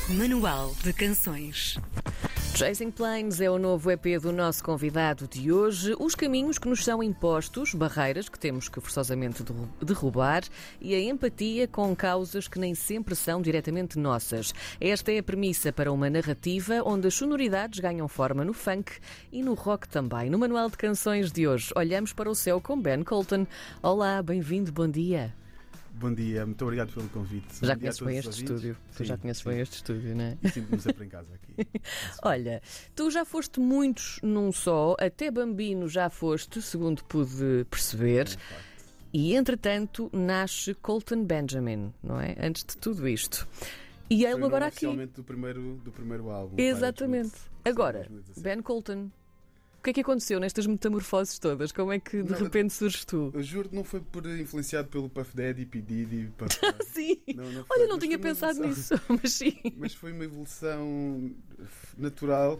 Manual de Canções. Chasing Planes é o novo EP do nosso convidado de hoje. Os caminhos que nos são impostos, barreiras que temos que forçosamente derrubar e a empatia com causas que nem sempre são diretamente nossas. Esta é a premissa para uma narrativa onde as sonoridades ganham forma no funk e no rock também. No Manual de Canções de hoje, olhamos para o céu com Ben Colton. Olá, bem-vindo, bom dia. Bom dia, muito obrigado pelo convite. Já conheces bem este estúdio. Tu já conheces bem este estúdio, não é? E sinto-me sempre em casa aqui. Olha, tu já foste muitos num só, até Bambino já foste, segundo pude perceber. E, entretanto, nasce Colton Benjamin, não é? Antes de tudo isto. E ele agora aqui. Oficialmente do primeiro álbum. Exatamente. Agora, 2017. Ben Colton. O que é que aconteceu nestas metamorfoses todas? Como é que de repente surges tu? Eu juro que não foi por influenciado pelo Puff Daddy, P. Diddy. Sim. Não foi. Olha, não Mas tinha foi uma pensado evolução. nisso, mas sim. Mas foi uma evolução natural.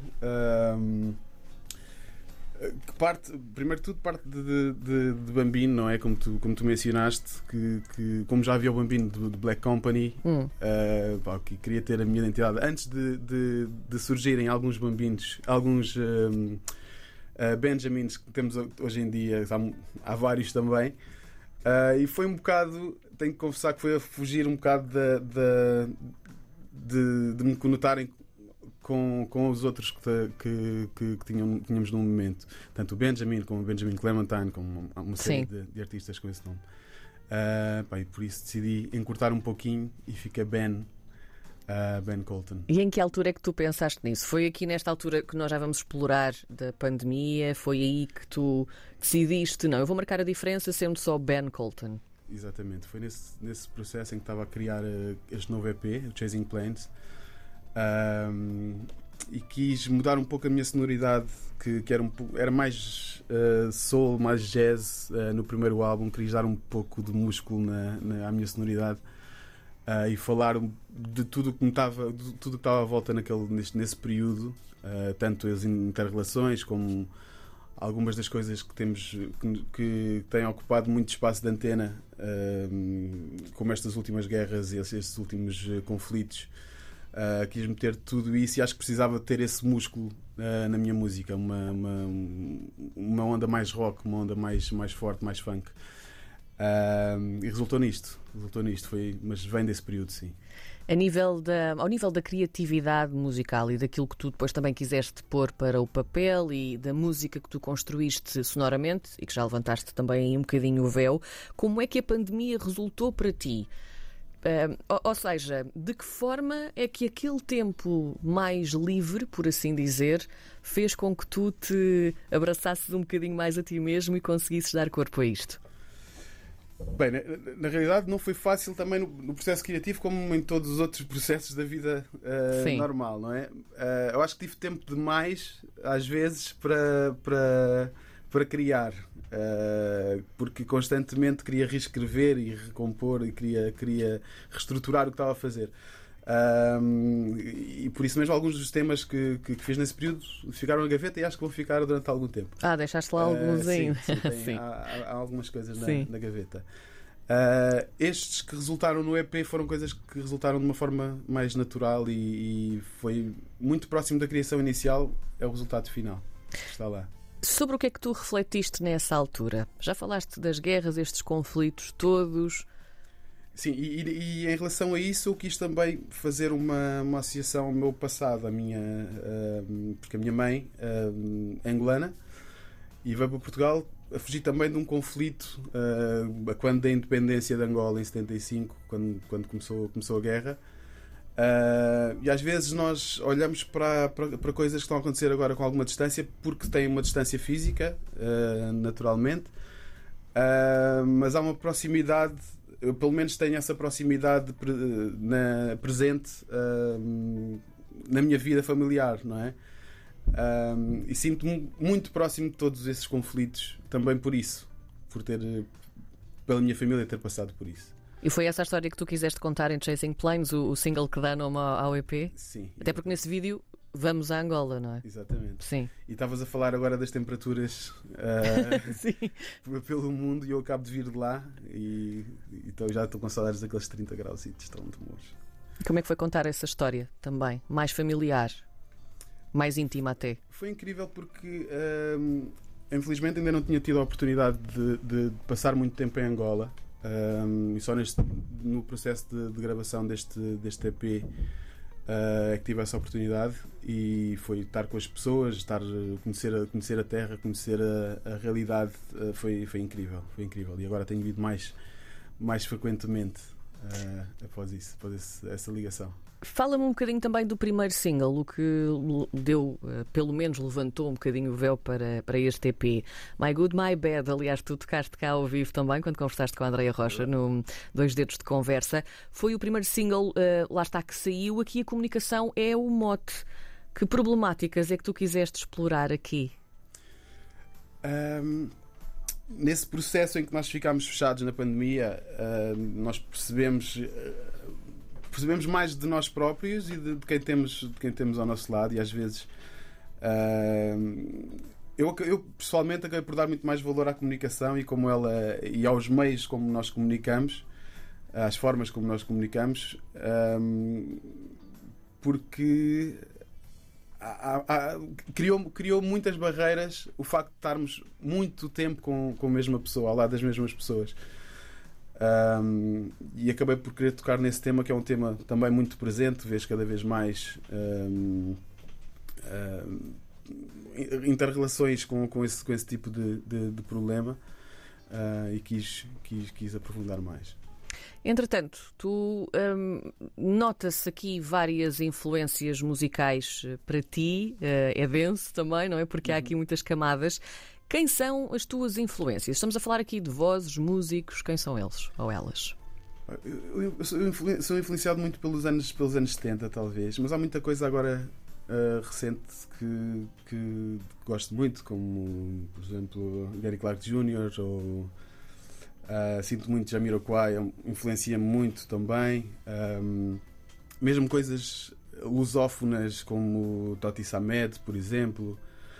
Que parte, primeiro de tudo, parte de Bambino, não é? Como tu mencionaste, que como já havia o Bambino de Black Company, que queria ter a minha identidade. Antes de surgirem alguns Bambinos, alguns Benjamins que temos hoje em dia, há vários também. E foi um bocado, tenho que confessar que foi a fugir um bocado de me conotarem com os outros que tínhamos no momento. Tanto o Benjamin como o Benjamin Clementine, como uma série de artistas com esse nome. E por isso decidi encurtar um pouquinho e fica Ben Colton. E em que altura é que tu pensaste nisso? Foi aqui nesta altura que nós já vamos explorar da pandemia? Foi aí que tu decidiste, não, eu vou marcar a diferença sendo só Ben Colton? Exatamente, foi nesse processo em que estava a criar este novo EP, o Chasing Planes. E quis mudar um pouco a minha sonoridade, que era mais soul, mais jazz no primeiro álbum. Queria dar um pouco de músculo à minha sonoridade e falar de tudo que estava à volta nesse período, tanto as interrelações como algumas das coisas que temos que têm ocupado muito espaço de antena, como estas últimas guerras e estes últimos conflitos. Quis meter tudo isso e acho que precisava ter esse músculo na minha música, uma onda mais rock, uma onda mais forte, mais funk, e resultou nisto, mas vem desse período, sim. Ao nível da criatividade musical e daquilo que tu depois também quiseste pôr para o papel e da música que tu construíste sonoramente e que já levantaste também aí um bocadinho o véu, como é que a pandemia resultou para ti? Ou seja, de que forma é que aquele tempo mais livre, por assim dizer, fez com que tu te abraçasses um bocadinho mais a ti mesmo e conseguisses dar corpo a isto? Bem, na realidade não foi fácil também no processo criativo, como em todos os outros processos da vida normal, não é? Eu acho que tive tempo demais, às vezes, para criar. Porque constantemente queria reescrever e recompor e queria reestruturar o que estava a fazer. E por isso mesmo alguns dos temas que fiz nesse período ficaram na gaveta e acho que vão ficar durante algum tempo. Deixaste lá algumzinho. Sim. Há algumas coisas na gaveta. Estes que resultaram no EP foram coisas que resultaram de uma forma mais natural e foi muito próximo da criação inicial. É o resultado final que está lá. Sobre o que é que tu refletiste nessa altura? Já falaste das guerras, estes conflitos todos. Sim, e em relação a isso eu quis também fazer uma associação ao meu passado, porque a minha mãe é angolana e veio para Portugal a fugir também de um conflito quando da independência de Angola em 75, quando começou a guerra. E às vezes nós olhamos para coisas que estão a acontecer agora com alguma distância porque têm uma distância física, naturalmente, mas há uma proximidade. Eu pelo menos tenho essa proximidade presente na minha vida familiar, não é? E sinto-me muito próximo de todos esses conflitos também por isso, pela minha família ter passado por isso. E foi essa a história que tu quiseste contar em Chasing Planes, o single que dá nome ao EP? Sim. Até porque nesse vídeo vamos a Angola, não é? Exatamente. Sim. E estavas a falar agora das temperaturas Sim. pelo mundo e eu acabo de vir de lá e então já estou com saudades daqueles 30 graus e estão muito bons. Como é que foi contar essa história também? Mais familiar, mais íntima até? Foi incrível porque infelizmente ainda não tinha tido a oportunidade de passar muito tempo em Angola. E só no processo de gravação deste EP é que tive essa oportunidade, e foi estar com as pessoas, conhecer a terra, conhecer a realidade. Foi incrível, foi incrível. E agora tenho ido mais frequentemente após essa ligação. Fala-me um bocadinho também do primeiro single, o que deu, pelo menos levantou um bocadinho o véu para este EP. My Good, My Bad. Aliás, tu tocaste cá ao vivo também quando conversaste com a Andreia Rocha no Dois Dedos de Conversa. Foi o primeiro single, lá está, que saiu. Aqui a comunicação é o mote. Que problemáticas é que tu quiseste explorar aqui? Nesse processo em que nós ficámos fechados na pandemia, nós percebemos mais de nós próprios e de quem temos ao nosso lado, e às vezes eu pessoalmente acabei por dar muito mais valor à comunicação e aos meios como nós comunicamos, às formas como nós comunicamos, porque criou muitas barreiras o facto de estarmos muito tempo com a mesma pessoa, ao lado das mesmas pessoas. E acabei por querer tocar nesse tema, que é um tema também muito presente, vês cada vez mais interrelações com esse tipo de problema, e quis aprofundar mais. Entretanto, tu nota-se aqui várias influências musicais para ti, é denso também, não é? Porque há aqui muitas camadas. Quem são as tuas influências? Estamos a falar aqui de vozes, músicos, quem são eles ou elas? Eu sou influenciado muito pelos anos 70, talvez, mas há muita coisa agora recente que gosto muito, como, por exemplo, Gary Clark Jr. ou sinto muito Jamiroquai, influencia-me muito também. Mesmo coisas lusófonas como Toti Samed, por exemplo.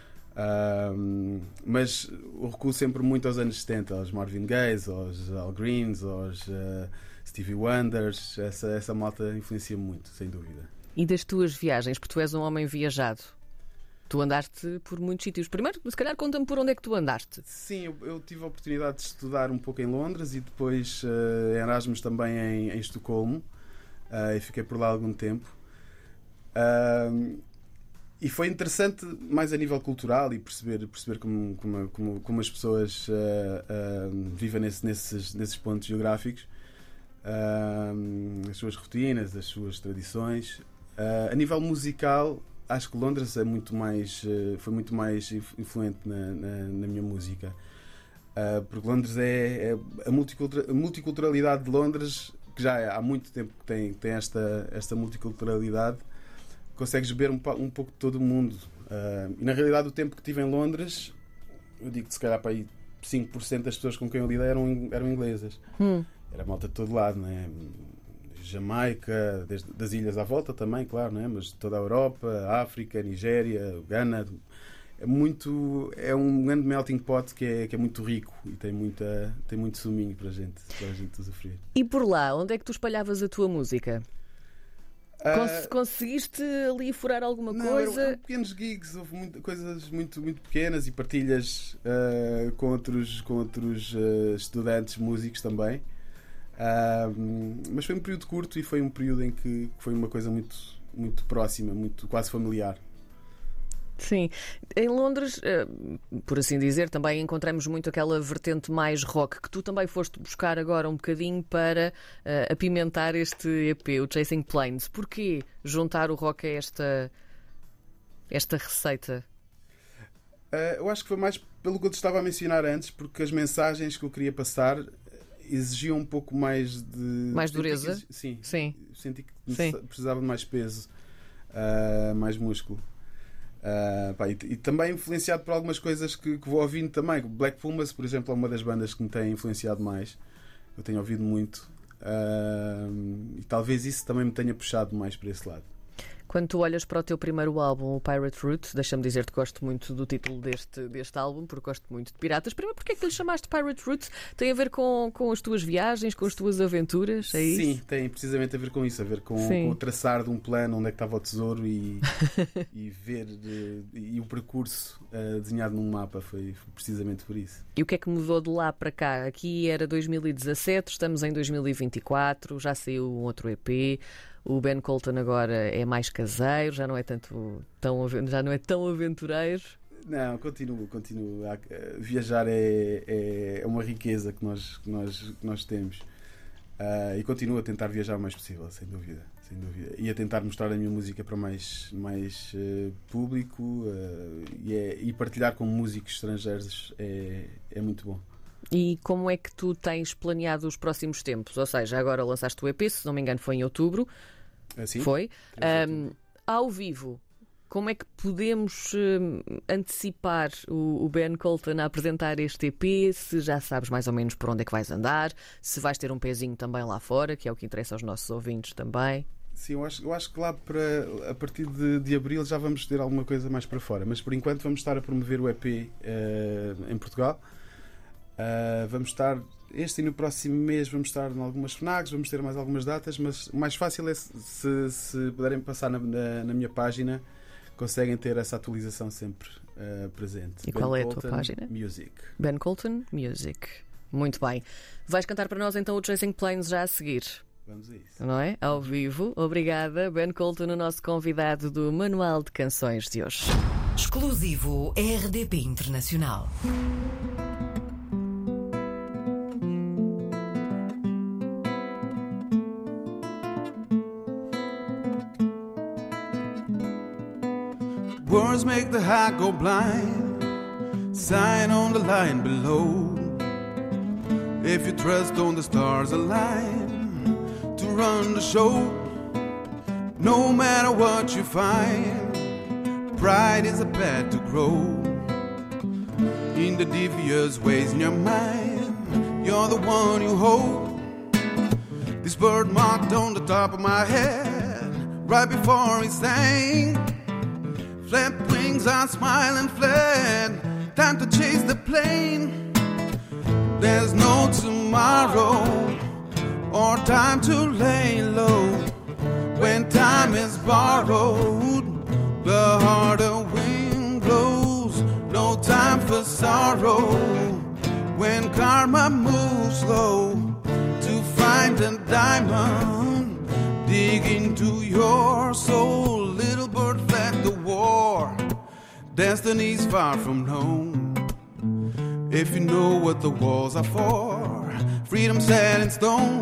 Mas o recuo sempre muito aos anos 70, aos Marvin Gaye, aos Al Greens, aos Stevie Wonders. Essa malta influencia muito, sem dúvida. E das tuas viagens, porque tu és um homem viajado, tu andaste por muitos sítios. Primeiro, se calhar conta-me por onde é que tu andaste. Sim, eu tive a oportunidade de estudar um pouco em Londres e depois em Erasmus também em Estocolmo, e fiquei por lá algum tempo. E foi interessante mais a nível cultural e perceber como as pessoas vivem nesses pontos geográficos, as suas rotinas, as suas tradições. A nível musical, acho que Londres foi muito mais influente na minha música, porque Londres é a multiculturalidade de Londres, que já há muito tempo que tem esta multiculturalidade. Consegues beber um pouco de todo o mundo. E na realidade, o tempo que estive em Londres, eu digo que se calhar para aí 5% das pessoas com quem eu lidei eram inglesas. Era malta de todo lado, não é? Jamaica, das ilhas à volta também, claro, não é? Mas toda a Europa, África, Nigéria, Ghana. É um grande melting pot que é muito rico e tem muito suminho para a gente usufruir. E por lá, onde é que tu espalhavas a tua música? Conseguiste ali furar alguma coisa? Eram pequenos gigs, houve coisas muito, muito pequenas e partilhas com outros estudantes músicos também. Mas foi um período curto e foi um período em que foi uma coisa muito, muito próxima, muito, quase familiar. Sim, em Londres, por assim dizer, também encontramos muito aquela vertente mais rock que tu também foste buscar agora um bocadinho para apimentar este EP, o Chasing Planes. Porquê juntar o rock a esta receita? Eu acho que foi mais pelo que eu te estava a mencionar antes, porque as mensagens que eu queria passar exigiam um pouco mais de... Mais dureza? Sim. Senti que precisava de mais peso, mais músculo. E também influenciado por algumas coisas que vou ouvindo também. Black Pumas, por exemplo, é uma das bandas que me tem influenciado mais. Eu tenho ouvido muito, e talvez isso também me tenha puxado mais para esse lado. Quando tu olhas para o teu primeiro álbum, o Pirate Route, deixa-me dizer-te que gosto muito do título deste álbum, porque gosto muito de piratas. Primeiro, porque é que lhe chamaste Pirate Route? Tem a ver com as tuas viagens, com as tuas aventuras, é isso? Sim, tem precisamente a ver com isso, a ver com o traçar de um plano onde é que estava o tesouro e ver e o percurso desenhado num mapa, foi precisamente por isso. E o que é que mudou de lá para cá? Aqui era 2017, estamos em 2024, já saiu um outro EP. O Ben Colton agora é mais caseiro, já não é tão aventureiro. Não, continuo. Viajar é uma riqueza que nós temos. E continuo a tentar viajar o mais possível, sem dúvida. E a tentar mostrar a minha música para mais público e partilhar com músicos estrangeiros é muito bom. E como é que tu tens planeado os próximos tempos? Ou seja, agora lançaste o EP, se não me engano foi em outubro. Assim? Foi. Ao vivo, como é que podemos antecipar o Ben Colton a apresentar este EP? Se já sabes mais ou menos por onde é que vais andar, se vais ter um pezinho também lá fora, que é o que interessa aos nossos ouvintes também. Sim, eu acho que lá a partir de abril já vamos ter alguma coisa mais para fora, mas por enquanto vamos estar a promover o EP em Portugal. Vamos estar este e no próximo mês vamos estar em algumas FNACs, vamos ter mais algumas datas, mas o mais fácil é se puderem passar na minha página, conseguem ter essa atualização sempre presente. E qual é a tua página? Music. Ben Colton Music. Muito bem. Vais cantar para nós então o Chasing Planes já a seguir. Vamos a isso. Não é? Ao vivo. Obrigada. Ben Colton, o nosso convidado do Manual de Canções de hoje. Exclusivo RDP Internacional. Words make the heart go blind. Sign on the line below. If you trust on the stars align to run the show, no matter what you find, pride is a path to grow. In the devious ways in your mind, you're the one you hold. This bird marked on the top of my head, right before he sang. Flap wings are smiling flat. Time to chase the plane. There's no tomorrow or time to lay low. When time is borrowed, the harder wind blows. No time for sorrow. When karma moves slow to find a diamond, dig into your soul. Little bird fled the war. Destiny's far from home. If you know what the walls are for, freedom set in stone.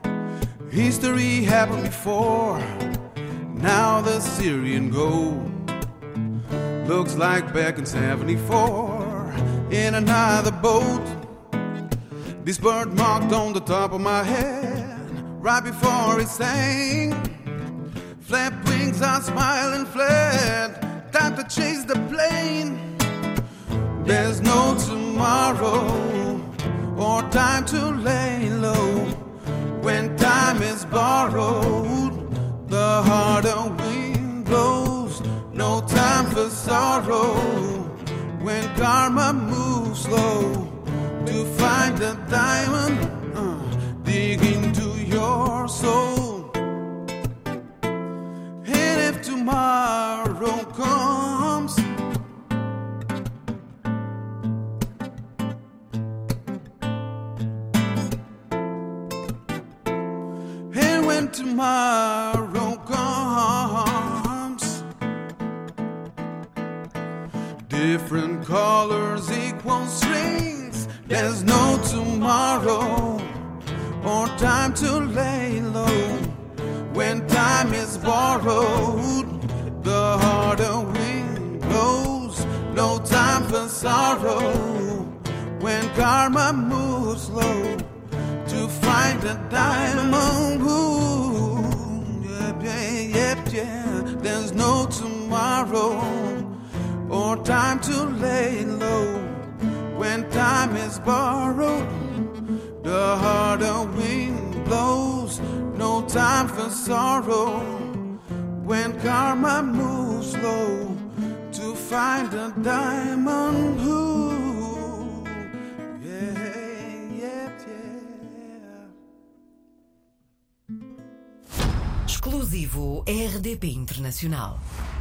History happened before. Now the Syrian gold looks like back in 74 in another boat. This bird marked on the top of my head right before it sang. Flap wings are smiling flat. Time to chase the plane. There's no tomorrow or time to lay low. When time is borrowed, the harder wind blows. No time for sorrow. When karma moves slow to find a diamond, dig into your soul. And if tomorrow comes, and when tomorrow comes, different colors equal strings. There's no tomorrow or time to lay low. When time is borrowed, the harder wind blows. No time for sorrow. When karma moves slow to find a diamond. Ooh, yeah. There's no tomorrow or time to lay low. When time is borrowed, the harder wind blows. No time for sorrow. When karma charm, I move slow to find a diamond. Ooh, yeah. Exclusivo RDP Internacional.